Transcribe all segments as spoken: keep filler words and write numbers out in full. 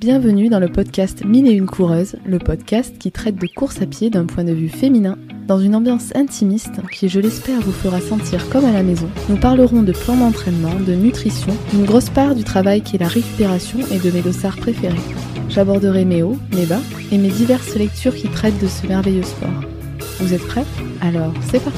Bienvenue dans le podcast Mille et une coureuses, le podcast qui traite de course à pied d'un point de vue féminin, dans une ambiance intimiste qui, je l'espère, vous fera sentir comme à la maison. Nous parlerons de plans d'entraînement, de nutrition, d'une grosse part du travail qui est la récupération et de mes dossards préférés. J'aborderai mes hauts, mes bas et mes diverses lectures qui traitent de ce merveilleux sport. Vous êtes prêts ? Alors, c'est parti !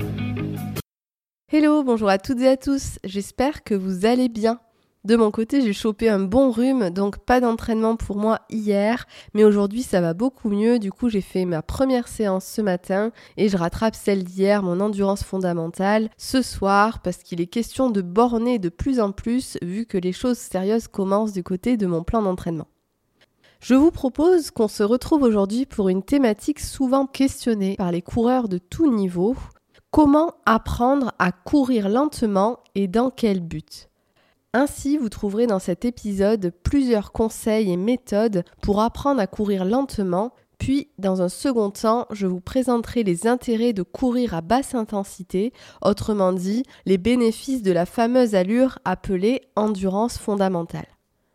Hello, bonjour à toutes et à tous, j'espère que vous allez bien. De mon côté, j'ai chopé un bon rhume, donc pas d'entraînement pour moi hier, mais aujourd'hui ça va beaucoup mieux, du coup j'ai fait ma première séance ce matin et je rattrape celle d'hier, mon endurance fondamentale, ce soir parce qu'il est question de borner de plus en plus vu que les choses sérieuses commencent du côté de mon plan d'entraînement. Je vous propose qu'on se retrouve aujourd'hui pour une thématique souvent questionnée par les coureurs de tout niveau. Comment apprendre à courir lentement et dans quel but ? Ainsi, vous trouverez dans cet épisode plusieurs conseils et méthodes pour apprendre à courir lentement, puis dans un second temps, je vous présenterai les intérêts de courir à basse intensité, autrement dit, les bénéfices de la fameuse allure appelée endurance fondamentale.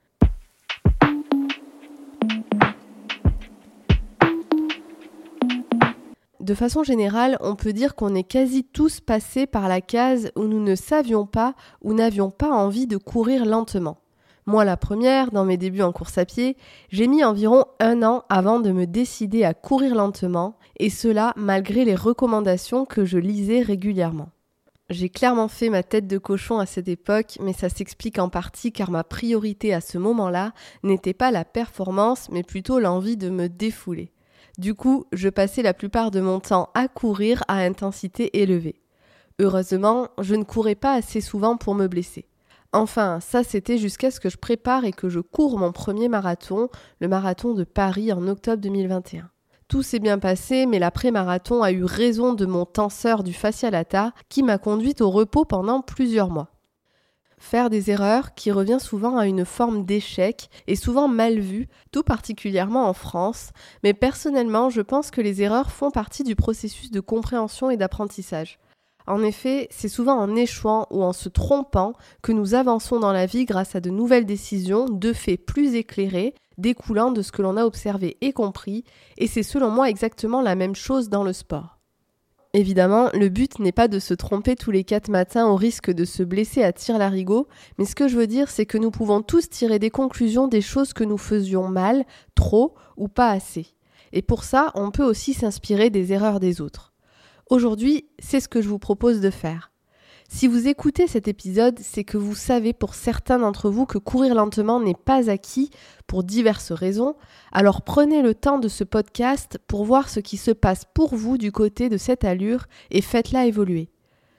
De façon générale, on peut dire qu'on est quasi tous passés par la case où nous ne savions pas ou n'avions pas envie de courir lentement. Moi, la première, dans mes débuts en course à pied, j'ai mis environ un an avant de me décider à courir lentement, et cela malgré les recommandations que je lisais régulièrement. J'ai clairement fait ma tête de cochon à cette époque, mais ça s'explique en partie car ma priorité à ce moment-là n'était pas la performance, mais plutôt l'envie de me défouler. Du coup, je passais la plupart de mon temps à courir à intensité élevée. Heureusement, je ne courais pas assez souvent pour me blesser. Enfin, ça c'était jusqu'à ce que je prépare et que je cours mon premier marathon, le marathon de Paris en octobre deux mille vingt et un. Tout s'est bien passé, mais l'après-marathon a eu raison de mon tenseur du fascia lata qui m'a conduite au repos pendant plusieurs mois. Faire des erreurs qui revient souvent à une forme d'échec est souvent mal vu, tout particulièrement en France, mais personnellement je pense que les erreurs font partie du processus de compréhension et d'apprentissage. En effet, c'est souvent en échouant ou en se trompant que nous avançons dans la vie grâce à de nouvelles décisions, de faits plus éclairés, découlant de ce que l'on a observé et compris, et c'est selon moi exactement la même chose dans le sport. Évidemment, le but n'est pas de se tromper tous les quatre matins au risque de se blesser à tire-larigot, mais ce que je veux dire, c'est que nous pouvons tous tirer des conclusions des choses que nous faisions mal, trop ou pas assez. Et pour ça, on peut aussi s'inspirer des erreurs des autres. Aujourd'hui, c'est ce que je vous propose de faire. Si vous écoutez cet épisode, c'est que vous savez pour certains d'entre vous que courir lentement n'est pas acquis pour diverses raisons, alors prenez le temps de ce podcast pour voir ce qui se passe pour vous du côté de cette allure et faites-la évoluer.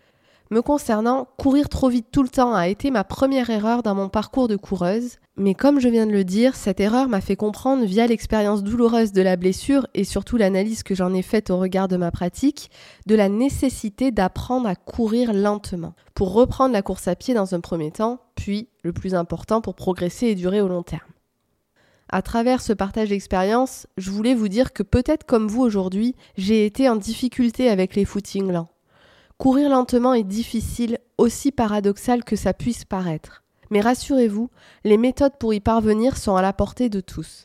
Me concernant, courir trop vite tout le temps a été ma première erreur dans mon parcours de coureuse, mais comme je viens de le dire, cette erreur m'a fait comprendre via l'expérience douloureuse de la blessure et surtout l'analyse que j'en ai faite au regard de ma pratique, de la nécessité d'apprendre à courir lentement, pour reprendre la course à pied dans un premier temps, puis, le plus important, pour progresser et durer au long terme. À travers ce partage d'expérience, je voulais vous dire que peut-être comme vous aujourd'hui, j'ai été en difficulté avec les footings lents. Courir lentement est difficile, aussi paradoxal que ça puisse paraître. Mais rassurez-vous, les méthodes pour y parvenir sont à la portée de tous.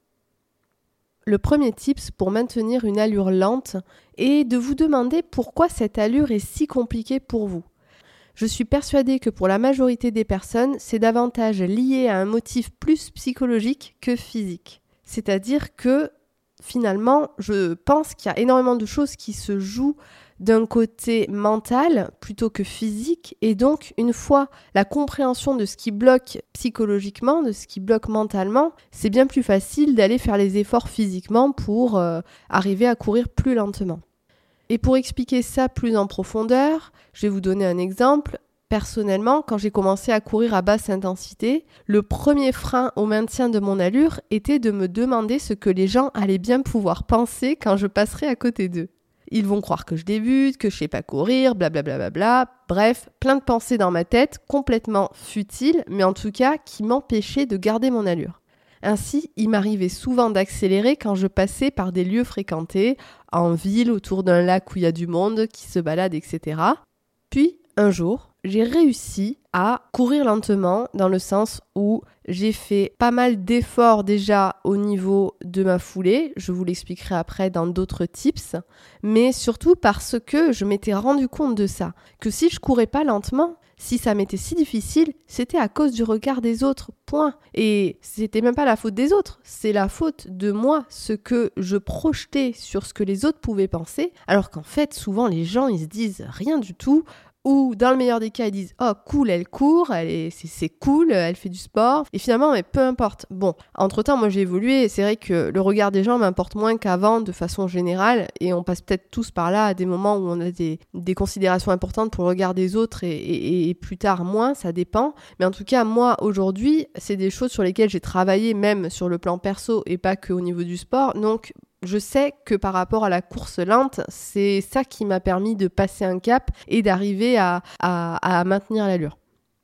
Le premier tips pour maintenir une allure lente est de vous demander pourquoi cette allure est si compliquée pour vous. Je suis persuadée que pour la majorité des personnes, c'est davantage lié à un motif plus psychologique que physique. C'est-à-dire que, finalement, je pense qu'il y a énormément de choses qui se jouent d'un côté mental plutôt que physique, et donc une fois la compréhension de ce qui bloque psychologiquement, de ce qui bloque mentalement, c'est bien plus facile d'aller faire les efforts physiquement pour euh, arriver à courir plus lentement. Et pour expliquer ça plus en profondeur, je vais vous donner un exemple. Personnellement, quand j'ai commencé à courir à basse intensité, le premier frein au maintien de mon allure était de me demander ce que les gens allaient bien pouvoir penser quand je passerais à côté d'eux. Ils vont croire que je débute, que je sais pas courir, blablabla, bla bla bla. Bref, plein de pensées dans ma tête, complètement futiles, mais en tout cas qui m'empêchaient de garder mon allure. Ainsi, il m'arrivait souvent d'accélérer quand je passais par des lieux fréquentés, en ville, autour d'un lac où il y a du monde, qui se balade, et cetera. Puis, un jour, j'ai réussi à courir lentement dans le sens où j'ai fait pas mal d'efforts déjà au niveau de ma foulée, je vous l'expliquerai après dans d'autres tips, mais surtout parce que je m'étais rendu compte de ça, que si je courais pas lentement, si ça m'était si difficile, c'était à cause du regard des autres, point. Et c'était même pas la faute des autres, c'est la faute de moi, ce que je projetais sur ce que les autres pouvaient penser, alors qu'en fait, souvent les gens, ils se disent rien du tout, ou dans le meilleur des cas, ils disent « Oh, cool, elle court, elle est, c'est, c'est cool, elle fait du sport. » Et finalement, mais peu importe. Bon, entre-temps, moi j'ai évolué, et c'est vrai que le regard des gens m'importe moins qu'avant de façon générale, et on passe peut-être tous par là à des moments où on a des, des considérations importantes pour le regard des autres, et, et, et plus tard moins, ça dépend. Mais en tout cas, moi, aujourd'hui, c'est des choses sur lesquelles j'ai travaillé, même sur le plan perso, et pas qu'au niveau du sport. Donc, je sais que par rapport à la course lente, c'est ça qui m'a permis de passer un cap et d'arriver à, à, à maintenir l'allure.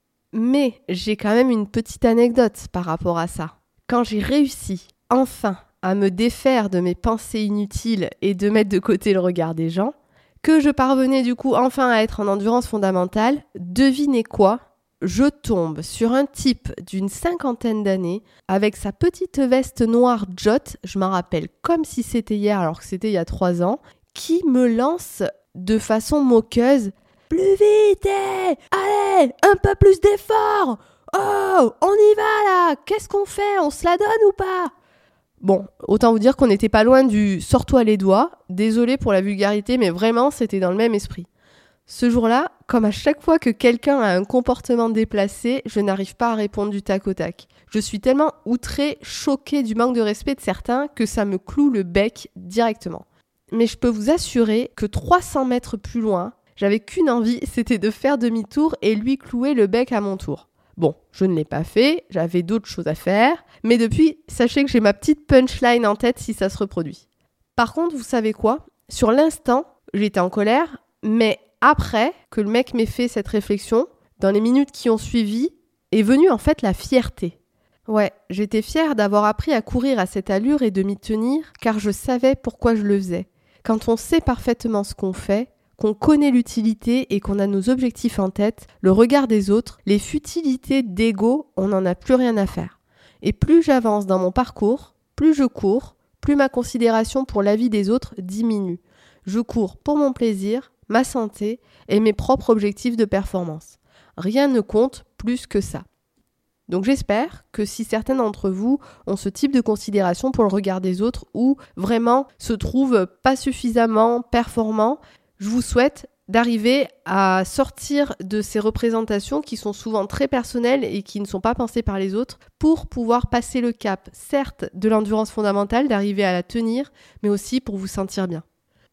Mais j'ai quand même une petite anecdote par rapport à ça. Quand j'ai réussi, enfin, à me défaire de mes pensées inutiles et de mettre de côté le regard des gens, que je parvenais du coup enfin à être en endurance fondamentale, devinez quoi ? Je tombe sur un type d'une cinquantaine d'années avec sa petite veste noire Jot, je m'en rappelle comme si c'était hier alors que c'était il y a trois ans, qui me lance de façon moqueuse « Plus vite, eh allez, un peu plus d'effort. Oh, on y va là, qu'est-ce qu'on fait, on se la donne ou pas ?» Bon, autant vous dire qu'on n'était pas loin du « sors-toi les doigts », désolé pour la vulgarité, mais vraiment c'était dans le même esprit. Ce jour-là, comme à chaque fois que quelqu'un a un comportement déplacé, je n'arrive pas à répondre du tac au tac. Je suis tellement outrée, choquée du manque de respect de certains que ça me cloue le bec directement. Mais je peux vous assurer que trois cents mètres plus loin, j'avais qu'une envie, c'était de faire demi-tour et lui clouer le bec à mon tour. Bon, je ne l'ai pas fait, j'avais d'autres choses à faire, mais depuis, sachez que j'ai ma petite punchline en tête si ça se reproduit. Par contre, vous savez quoi ? Sur l'instant, j'étais en colère, mais après que le mec m'ait fait cette réflexion, dans les minutes qui ont suivi, est venue en fait la fierté. Ouais, j'étais fière d'avoir appris à courir à cette allure et de m'y tenir, car je savais pourquoi je le faisais. Quand on sait parfaitement ce qu'on fait, qu'on connaît l'utilité et qu'on a nos objectifs en tête, le regard des autres, les futilités d'ego, on n'en a plus rien à faire. Et plus j'avance dans mon parcours, plus je cours, plus ma considération pour la vie des autres diminue. Je cours pour mon plaisir, ma santé et mes propres objectifs de performance. Rien ne compte plus que ça. Donc j'espère que si certains d'entre vous ont ce type de considération pour le regard des autres ou vraiment se trouvent pas suffisamment performants, je vous souhaite d'arriver à sortir de ces représentations qui sont souvent très personnelles et qui ne sont pas pensées par les autres pour pouvoir passer le cap, certes, de l'endurance fondamentale, d'arriver à la tenir, mais aussi pour vous sentir bien.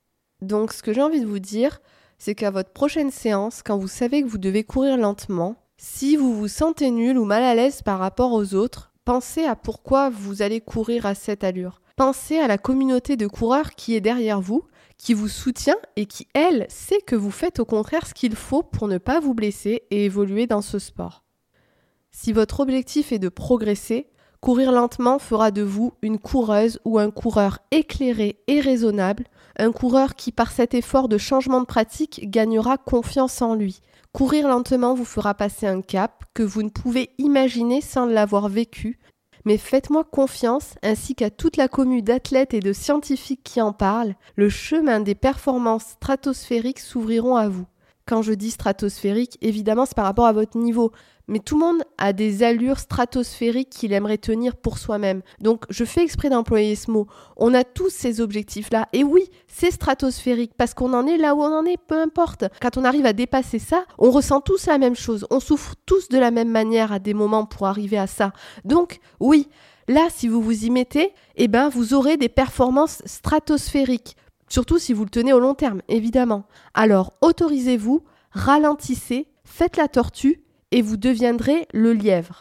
Donc ce que j'ai envie de vous dire, c'est qu'à votre prochaine séance, quand vous savez que vous devez courir lentement, si vous vous sentez nul ou mal à l'aise par rapport aux autres, pensez à pourquoi vous allez courir à cette allure. Pensez à la communauté de coureurs qui est derrière vous, qui vous soutient et qui, elle, sait que vous faites au contraire ce qu'il faut pour ne pas vous blesser et évoluer dans ce sport. Si votre objectif est de progresser, courir lentement fera de vous une coureuse ou un coureur éclairé et raisonnable, un coureur qui, par cet effort de changement de pratique, gagnera confiance en lui. Courir lentement vous fera passer un cap que vous ne pouvez imaginer sans l'avoir vécu, mais faites-moi confiance, ainsi qu'à toute la commu d'athlètes et de scientifiques qui en parlent, le chemin des performances stratosphériques s'ouvriront à vous. Quand je dis stratosphérique, évidemment c'est par rapport à votre niveau, mais tout le monde a des allures stratosphériques qu'il aimerait tenir pour soi-même. Donc je fais exprès d'employer ce mot. On a tous ces objectifs-là, et oui, c'est stratosphérique, parce qu'on en est là où on en est, peu importe. Quand on arrive à dépasser ça, on ressent tous la même chose, on souffre tous de la même manière à des moments pour arriver à ça. Donc oui, là si vous vous y mettez, eh ben, vous aurez des performances stratosphériques. Surtout si vous le tenez au long terme, évidemment. Alors, autorisez-vous, ralentissez, faites la tortue et vous deviendrez le lièvre.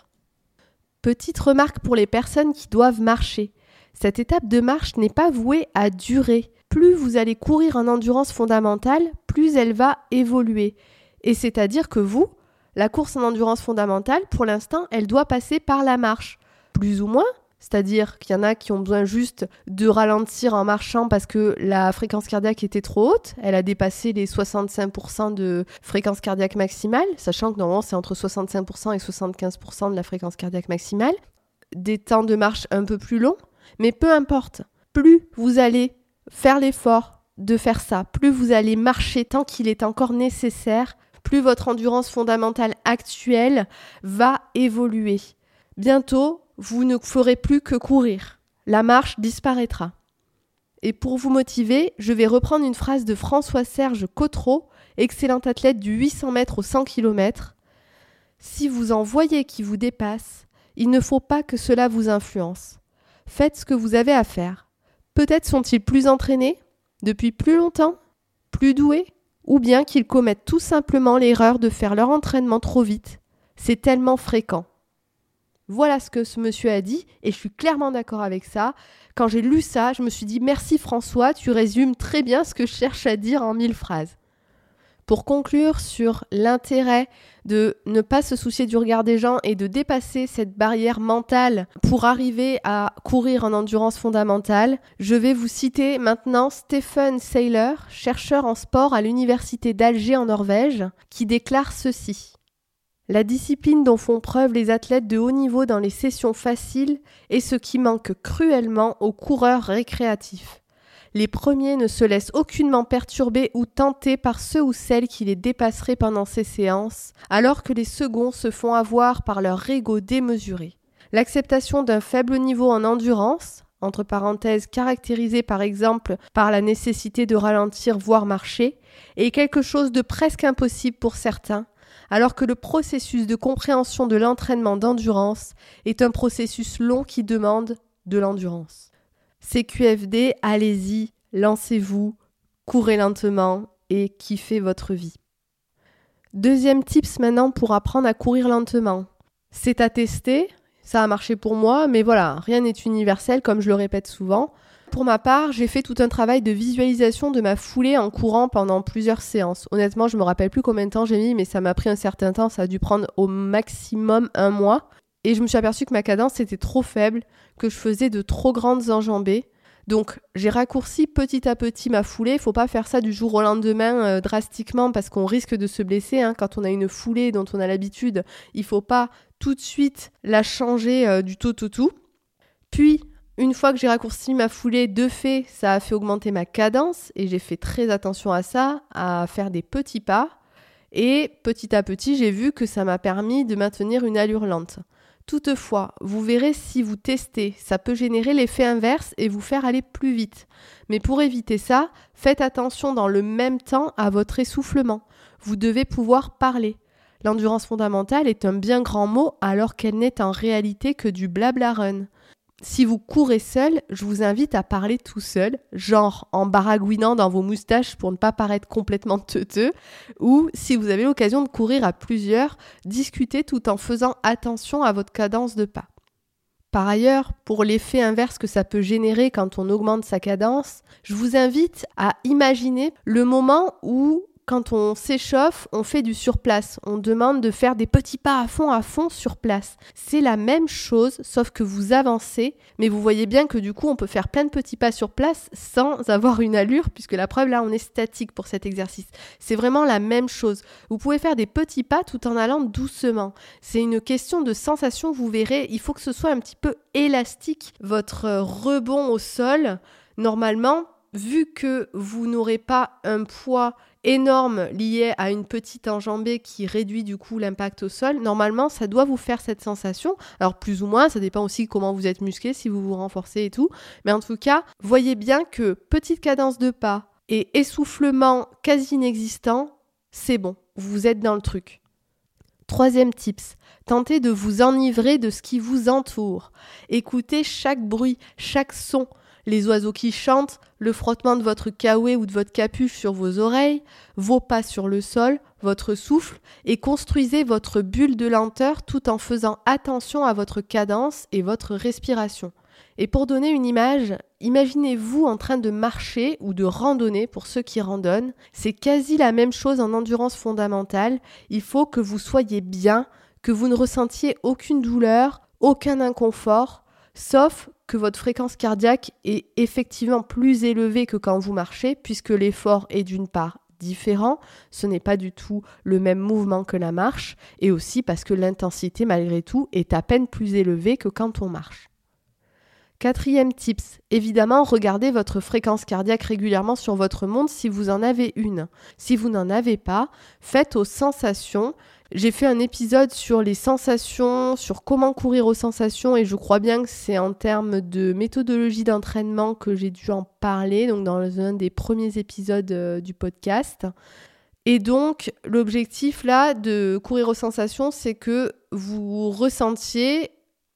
Petite remarque pour les personnes qui doivent marcher. Cette étape de marche n'est pas vouée à durer. Plus vous allez courir en endurance fondamentale, plus elle va évoluer. Et c'est-à-dire que vous, la course en endurance fondamentale, pour l'instant, elle doit passer par la marche. Plus ou moins, C'est-à-dire qu'il y en a qui ont besoin juste de ralentir en marchant parce que la fréquence cardiaque était trop haute. Elle a dépassé les soixante-cinq pour cent de fréquence cardiaque maximale, sachant que normalement c'est entre soixante-cinq pour cent et soixante-quinze pour cent de la fréquence cardiaque maximale. Des temps de marche un peu plus longs, mais peu importe. Plus vous allez faire l'effort de faire ça, plus vous allez marcher tant qu'il est encore nécessaire, plus votre endurance fondamentale actuelle va évoluer. Bientôt, vous ne ferez plus que courir. La marche disparaîtra. Et pour vous motiver, je vais reprendre une phrase de François-Serge Cotreau, excellent athlète du huit cents mètres au cent kilomètres. Si vous en voyez qui vous dépassent, il ne faut pas que cela vous influence. Faites ce que vous avez à faire. Peut-être sont-ils plus entraînés, depuis plus longtemps, plus doués, ou bien qu'ils commettent tout simplement l'erreur de faire leur entraînement trop vite. C'est tellement fréquent. Voilà ce que ce monsieur a dit et je suis clairement d'accord avec ça. Quand j'ai lu ça, je me suis dit « Merci François, tu résumes très bien ce que je cherche à dire en mille phrases ». Pour conclure sur l'intérêt de ne pas se soucier du regard des gens et de dépasser cette barrière mentale pour arriver à courir en endurance fondamentale, je vais vous citer maintenant Stephen Seiler, chercheur en sport à l'université d'Alger en Norvège, qui déclare ceci. La discipline dont font preuve les athlètes de haut niveau dans les sessions faciles est ce qui manque cruellement aux coureurs récréatifs. Les premiers ne se laissent aucunement perturber ou tenter par ceux ou celles qui les dépasseraient pendant ces séances, alors que les seconds se font avoir par leur ego démesuré. L'acceptation d'un faible niveau en endurance, entre parenthèses caractérisée par exemple par la nécessité de ralentir voire marcher, est quelque chose de presque impossible pour certains, alors que le processus de compréhension de l'entraînement d'endurance est un processus long qui demande de l'endurance. C Q F D, allez-y, lancez-vous, courez lentement et kiffez votre vie. Deuxième tips maintenant pour apprendre à courir lentement. C'est à tester, ça a marché pour moi, mais voilà, rien n'est universel comme je le répète souvent. Pour ma part, j'ai fait tout un travail de visualisation de ma foulée en courant pendant plusieurs séances. Honnêtement, je me rappelle plus combien de temps j'ai mis, mais ça m'a pris un certain temps, ça a dû prendre au maximum un mois. Et je me suis aperçue que ma cadence était trop faible, que je faisais de trop grandes enjambées. Donc, j'ai raccourci petit à petit ma foulée. Il ne faut pas faire ça du jour au lendemain euh, drastiquement parce qu'on risque de se blesser. Hein. Quand on a une foulée dont on a l'habitude, il ne faut pas tout de suite la changer euh, du tout au tout. Puis, une fois que j'ai raccourci ma foulée, de fait, ça a fait augmenter ma cadence et j'ai fait très attention à ça, à faire des petits pas. Et petit à petit, j'ai vu que ça m'a permis de maintenir une allure lente. Toutefois, vous verrez si vous testez, ça peut générer l'effet inverse et vous faire aller plus vite. Mais pour éviter ça, faites attention dans le même temps à votre essoufflement. Vous devez pouvoir parler. L'endurance fondamentale est un bien grand mot alors qu'elle n'est en réalité que du blabla run. Si vous courez seul, je vous invite à parler tout seul, genre en baragouinant dans vos moustaches pour ne pas paraître complètement teuteux, ou si vous avez l'occasion de courir à plusieurs, discutez tout en faisant attention à votre cadence de pas. Par ailleurs, pour l'effet inverse que ça peut générer quand on augmente sa cadence, je vous invite à imaginer le moment où quand on s'échauffe, on fait du surplace. On demande de faire des petits pas à fond, à fond sur place. C'est la même chose, sauf que vous avancez, mais vous voyez bien que du coup, on peut faire plein de petits pas sur place sans avoir une allure, puisque la preuve, là, on est statique pour cet exercice. C'est vraiment la même chose. Vous pouvez faire des petits pas tout en allant doucement. C'est une question de sensation, vous verrez. Il faut que ce soit un petit peu élastique, votre rebond au sol. Normalement, vu que vous n'aurez pas un poids énorme lié à une petite enjambée qui réduit du coup l'impact au sol, normalement ça doit vous faire cette sensation. Alors plus ou moins, ça dépend aussi comment vous êtes musclé, si vous vous renforcez et tout. Mais en tout cas, voyez bien que petite cadence de pas et essoufflement quasi inexistant, c'est bon, vous êtes dans le truc. Troisième tips, tentez de vous enivrer de ce qui vous entoure. Écoutez chaque bruit, chaque son. Les oiseaux qui chantent, le frottement de votre kawaii ou de votre capuche sur vos oreilles, vos pas sur le sol, votre souffle, et construisez votre bulle de lenteur tout en faisant attention à votre cadence et votre respiration. Et pour donner une image, imaginez-vous en train de marcher ou de randonner pour ceux qui randonnent. C'est quasi la même chose en endurance fondamentale. Il faut que vous soyez bien, que vous ne ressentiez aucune douleur, aucun inconfort. Sauf que votre fréquence cardiaque est effectivement plus élevée que quand vous marchez, puisque l'effort est d'une part différent, ce n'est pas du tout le même mouvement que la marche, et aussi parce que l'intensité malgré tout est à peine plus élevée que quand on marche. Quatrième tips, évidemment, regardez votre fréquence cardiaque régulièrement sur votre montre si vous en avez une. Si vous n'en avez pas, faites aux sensations. J'ai fait un épisode sur les sensations, sur comment courir aux sensations et je crois bien que c'est en termes de méthodologie d'entraînement que j'ai dû en parler, donc dans un des premiers épisodes euh, du podcast. Et donc, l'objectif là de courir aux sensations, c'est que vous ressentiez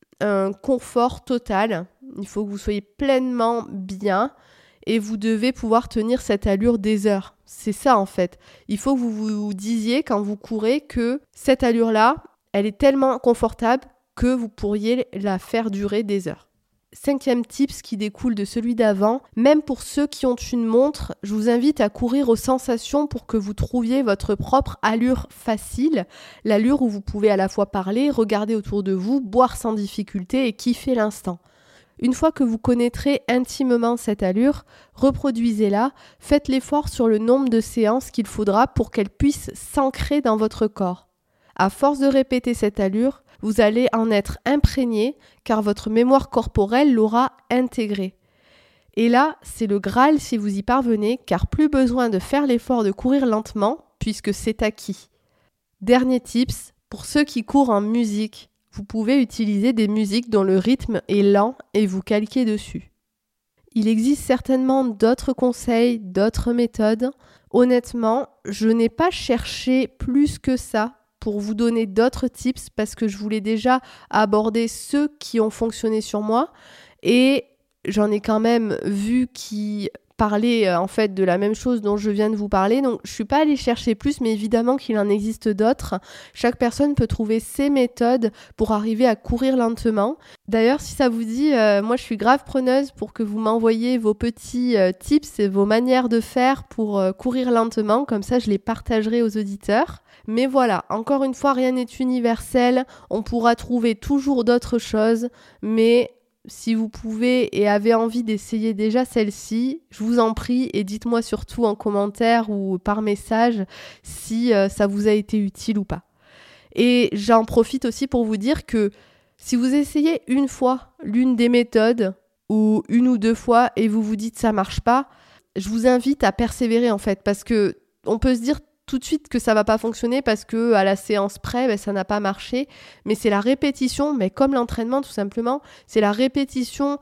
un confort total. Il faut que vous soyez pleinement bien et vous devez pouvoir tenir cette allure des heures. C'est ça en fait. Il faut que vous vous disiez quand vous courez que cette allure-là, elle est tellement confortable que vous pourriez la faire durer des heures. Cinquième tips qui découle de celui d'avant, même pour ceux qui ont une montre, je vous invite à courir aux sensations pour que vous trouviez votre propre allure facile, l'allure où vous pouvez à la fois parler, regarder autour de vous, boire sans difficulté et kiffer l'instant. Une fois que vous connaîtrez intimement cette allure, reproduisez-la, faites l'effort sur le nombre de séances qu'il faudra pour qu'elle puisse s'ancrer dans votre corps. À force de répéter cette allure, vous allez en être imprégné car votre mémoire corporelle l'aura intégrée. Et là, c'est le Graal si vous y parvenez car plus besoin de faire l'effort de courir lentement puisque c'est acquis. Dernier tips, pour ceux qui courent en musique, vous pouvez utiliser des musiques dont le rythme est lent et vous calquer dessus. Il existe certainement d'autres conseils, d'autres méthodes. Honnêtement, je n'ai pas cherché plus que ça pour vous donner d'autres tips parce que je voulais déjà aborder ceux qui ont fonctionné sur moi et j'en ai quand même vu qui parlaient en fait de la même chose dont je viens de vous parler. Donc je suis pas allée chercher plus, mais évidemment qu'il en existe d'autres. Chaque personne peut trouver ses méthodes pour arriver à courir lentement. D'ailleurs, si ça vous dit, euh, moi je suis grave preneuse pour que vous m'envoyiez vos petits euh, tips et vos manières de faire pour euh, courir lentement. Comme ça, je les partagerai aux auditeurs. Mais voilà, encore une fois, rien n'est universel. On pourra trouver toujours d'autres choses, mais si vous pouvez et avez envie d'essayer déjà celle-ci, je vous en prie et dites-moi surtout en commentaire ou par message si euh, ça vous a été utile ou pas. Et j'en profite aussi pour vous dire que si vous essayez une fois l'une des méthodes ou une ou deux fois et vous vous dites ça marche pas, je vous invite à persévérer en fait parce que on peut se dire tout de suite que ça va pas fonctionner parce que à la séance près, ben, ça n'a pas marché. Mais c'est la répétition, mais comme l'entraînement tout simplement, c'est la répétition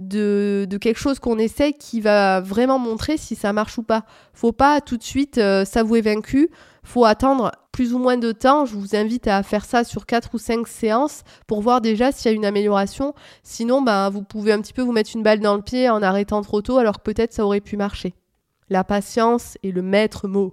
de, de quelque chose qu'on essaye qui va vraiment montrer si ça marche ou pas. Faut pas tout de suite euh, s'avouer vaincu. Faut attendre plus ou moins de temps. Je vous invite à faire ça sur quatre ou cinq séances pour voir déjà s'il y a une amélioration. Sinon, ben, vous pouvez un petit peu vous mettre une balle dans le pied en arrêtant trop tôt alors que peut-être ça aurait pu marcher. La patience est le maître mot.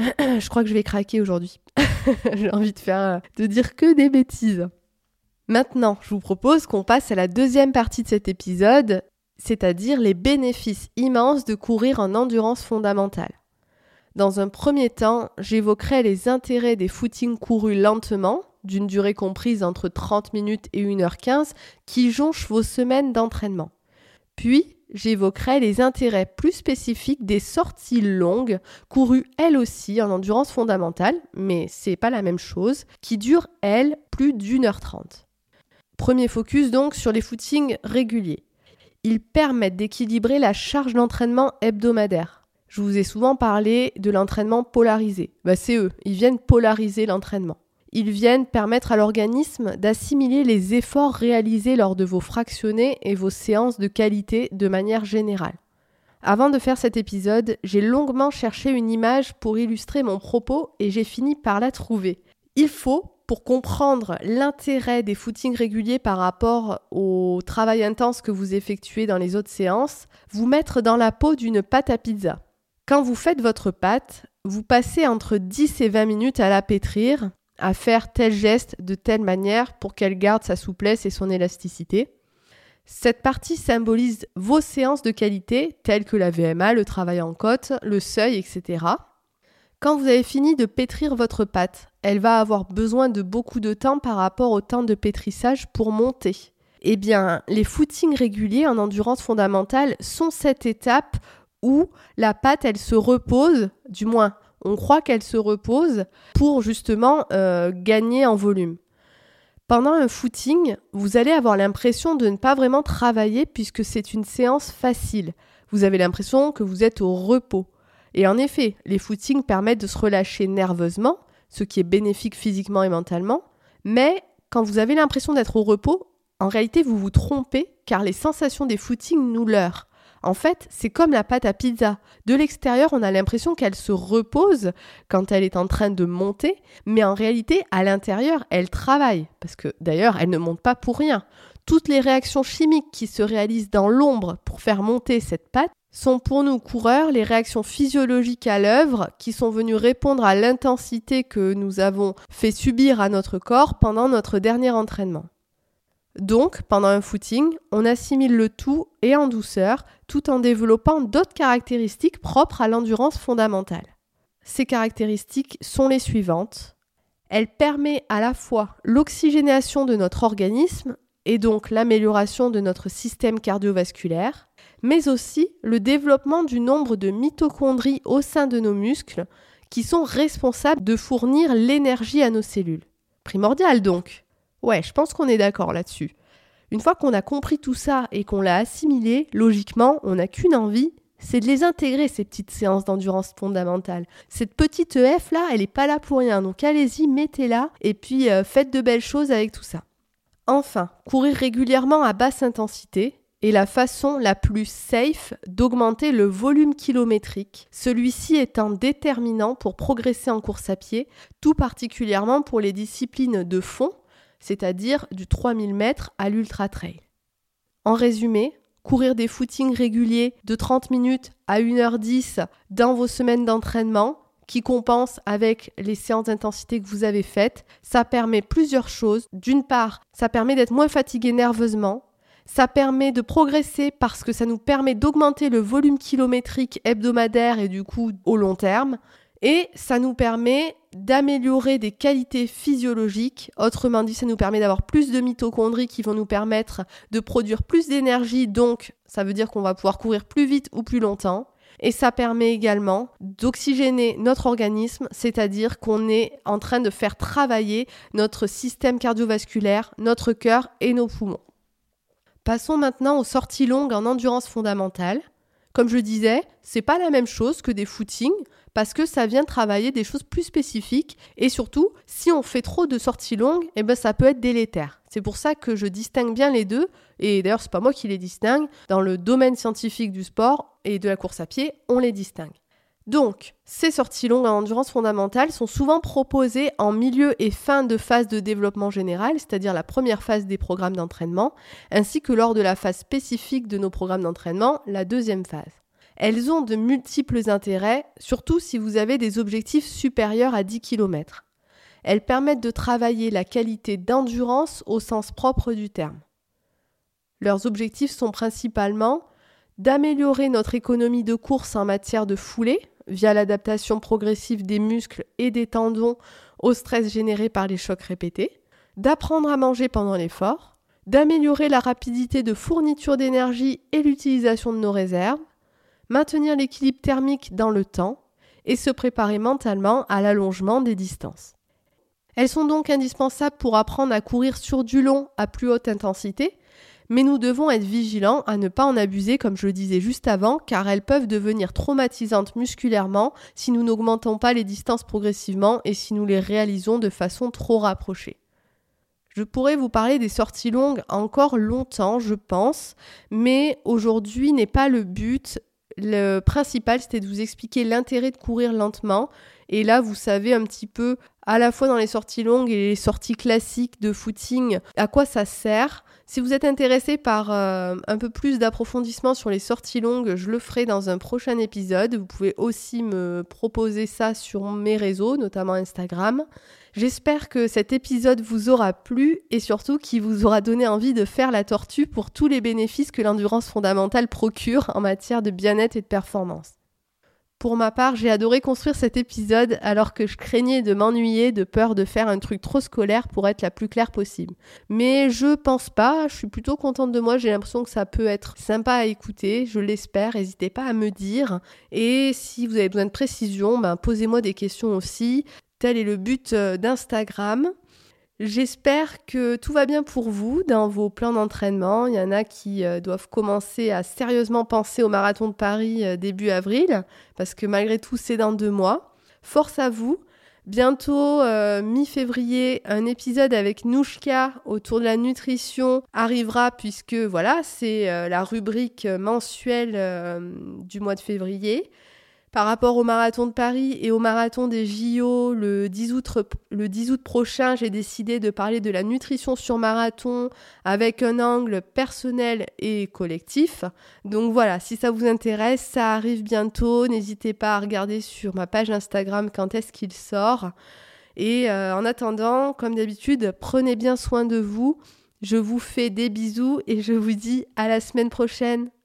Je crois que je vais craquer aujourd'hui. J'ai envie de faire, de dire que des bêtises. Maintenant, je vous propose qu'on passe à la deuxième partie de cet épisode, c'est-à-dire les bénéfices immenses de courir en endurance fondamentale. Dans un premier temps, j'évoquerai les intérêts des footings courus lentement, d'une durée comprise entre trente minutes et une heure quinze, qui jonchent vos semaines d'entraînement. Puis, j'évoquerai les intérêts plus spécifiques des sorties longues, courues elles aussi en endurance fondamentale, mais c'est pas la même chose, qui durent elles plus d'une heure trente. Premier focus donc sur les footings réguliers. Ils permettent d'équilibrer la charge d'entraînement hebdomadaire. Je vous ai souvent parlé de l'entraînement polarisé. Bah c'est eux, ils viennent polariser l'entraînement. Ils viennent permettre à l'organisme d'assimiler les efforts réalisés lors de vos fractionnés et vos séances de qualité de manière générale. Avant de faire cet épisode, j'ai longuement cherché une image pour illustrer mon propos et j'ai fini par la trouver. Il faut, pour comprendre l'intérêt des footings réguliers par rapport au travail intense que vous effectuez dans les autres séances, vous mettre dans la peau d'une pâte à pizza. Quand vous faites votre pâte, vous passez entre dix et vingt minutes à la pétrir, à faire tel geste de telle manière pour qu'elle garde sa souplesse et son élasticité. Cette partie symbolise vos séances de qualité, telles que la V M A, le travail en côte, le seuil, et cetera. Quand vous avez fini de pétrir votre pâte, elle va avoir besoin de beaucoup de temps par rapport au temps de pétrissage pour monter. Eh bien, les footings réguliers en endurance fondamentale sont cette étape où la patte, elle se repose, du moins, on croit qu'elle se repose pour justement euh, gagner en volume. Pendant un footing, vous allez avoir l'impression de ne pas vraiment travailler puisque c'est une séance facile. Vous avez l'impression que vous êtes au repos. Et en effet, les footings permettent de se relâcher nerveusement, ce qui est bénéfique physiquement et mentalement. Mais quand vous avez l'impression d'être au repos, en réalité, vous vous trompez car les sensations des footings nous leurrent. En fait, c'est comme la pâte à pizza. De l'extérieur, on a l'impression qu'elle se repose quand elle est en train de monter, mais en réalité, à l'intérieur, elle travaille. Parce que d'ailleurs, elle ne monte pas pour rien. Toutes les réactions chimiques qui se réalisent dans l'ombre pour faire monter cette pâte sont pour nous coureurs les réactions physiologiques à l'œuvre qui sont venues répondre à l'intensité que nous avons fait subir à notre corps pendant notre dernier entraînement. Donc, pendant un footing, on assimile le tout et en douceur, tout en développant d'autres caractéristiques propres à l'endurance fondamentale. Ces caractéristiques sont les suivantes. Elle permet à la fois l'oxygénation de notre organisme et donc l'amélioration de notre système cardiovasculaire, mais aussi le développement du nombre de mitochondries au sein de nos muscles qui sont responsables de fournir l'énergie à nos cellules. Primordial donc. Ouais, je pense qu'on est d'accord là-dessus. Une fois qu'on a compris tout ça et qu'on l'a assimilé, logiquement, on n'a qu'une envie, c'est de les intégrer, ces petites séances d'endurance fondamentale. Cette petite E F là, elle n'est pas là pour rien, donc allez-y, mettez-la et puis euh, faites de belles choses avec tout ça. Enfin, courir régulièrement à basse intensité est la façon la plus safe d'augmenter le volume kilométrique, celui-ci étant déterminant pour progresser en course à pied, tout particulièrement pour les disciplines de fond, c'est-à-dire du trois mille mètres à l'ultra-trail. En résumé, courir des footings réguliers de trente minutes à une heure dix dans vos semaines d'entraînement, qui compensent avec les séances d'intensité que vous avez faites, ça permet plusieurs choses. D'une part, ça permet d'être moins fatigué nerveusement, ça permet de progresser parce que ça nous permet d'augmenter le volume kilométrique hebdomadaire et du coup au long terme, et ça nous permet d'améliorer des qualités physiologiques. Autrement dit, ça nous permet d'avoir plus de mitochondries qui vont nous permettre de produire plus d'énergie, donc ça veut dire qu'on va pouvoir courir plus vite ou plus longtemps. Et ça permet également d'oxygéner notre organisme, c'est-à-dire qu'on est en train de faire travailler notre système cardiovasculaire, notre cœur et nos poumons. Passons maintenant aux sorties longues en endurance fondamentale. Comme je disais, c'est pas la même chose que des footings parce que ça vient travailler des choses plus spécifiques et surtout, si on fait trop de sorties longues, eh ben ça peut être délétère. C'est pour ça que je distingue bien les deux et d'ailleurs c'est pas moi qui les distingue. Dans le domaine scientifique du sport et de la course à pied, on les distingue. Donc, ces sorties longues en endurance fondamentale sont souvent proposées en milieu et fin de phase de développement général, c'est-à-dire la première phase des programmes d'entraînement, ainsi que lors de la phase spécifique de nos programmes d'entraînement, la deuxième phase. Elles ont de multiples intérêts, surtout si vous avez des objectifs supérieurs à dix kilomètres. Elles permettent de travailler la qualité d'endurance au sens propre du terme. Leurs objectifs sont principalement d'améliorer notre économie de course en matière de foulée, via l'adaptation progressive des muscles et des tendons au stress généré par les chocs répétés, d'apprendre à manger pendant l'effort, d'améliorer la rapidité de fourniture d'énergie et l'utilisation de nos réserves, maintenir l'équilibre thermique dans le temps et se préparer mentalement à l'allongement des distances. Elles sont donc indispensables pour apprendre à courir sur du long à plus haute intensité, mais nous devons être vigilants à ne pas en abuser comme je le disais juste avant, car elles peuvent devenir traumatisantes musculairement si nous n'augmentons pas les distances progressivement et si nous les réalisons de façon trop rapprochée. Je pourrais vous parler des sorties longues encore longtemps, je pense, mais aujourd'hui n'est pas le but. Le principal, c'était de vous expliquer l'intérêt de courir lentement. Et là, vous savez un petit peu, à la fois dans les sorties longues et les sorties classiques de footing, à quoi ça sert. Si vous êtes intéressé par euh, un peu plus d'approfondissement sur les sorties longues, je le ferai dans un prochain épisode. Vous pouvez aussi me proposer ça sur mes réseaux, notamment Instagram. J'espère que cet épisode vous aura plu et surtout qu'il vous aura donné envie de faire la tortue pour tous les bénéfices que l'endurance fondamentale procure en matière de bien-être et de performance. Pour ma part, j'ai adoré construire cet épisode alors que je craignais de m'ennuyer de peur de faire un truc trop scolaire pour être la plus claire possible. Mais je pense pas, je suis plutôt contente de moi, j'ai l'impression que ça peut être sympa à écouter, je l'espère, n'hésitez pas à me dire. Et si vous avez besoin de précision, ben posez-moi des questions aussi. Tel est le but d'Instagram. J'espère que tout va bien pour vous dans vos plans d'entraînement. Il y en a qui euh, doivent commencer à sérieusement penser au marathon de Paris euh, début avril, parce que malgré tout, c'est dans deux mois. Force à vous. Bientôt, euh, mi-février, un épisode avec Nouchka autour de la nutrition arrivera, puisque voilà, c'est euh, la rubrique mensuelle euh, du mois de février. Par rapport au marathon de Paris et au marathon des J O, le dix août, le dix août prochain, j'ai décidé de parler de la nutrition sur marathon avec un angle personnel et collectif. Donc voilà, si ça vous intéresse, ça arrive bientôt. N'hésitez pas à regarder sur ma page Instagram quand est-ce qu'il sort. Et euh, en attendant, comme d'habitude, prenez bien soin de vous. Je vous fais des bisous et je vous dis à la semaine prochaine.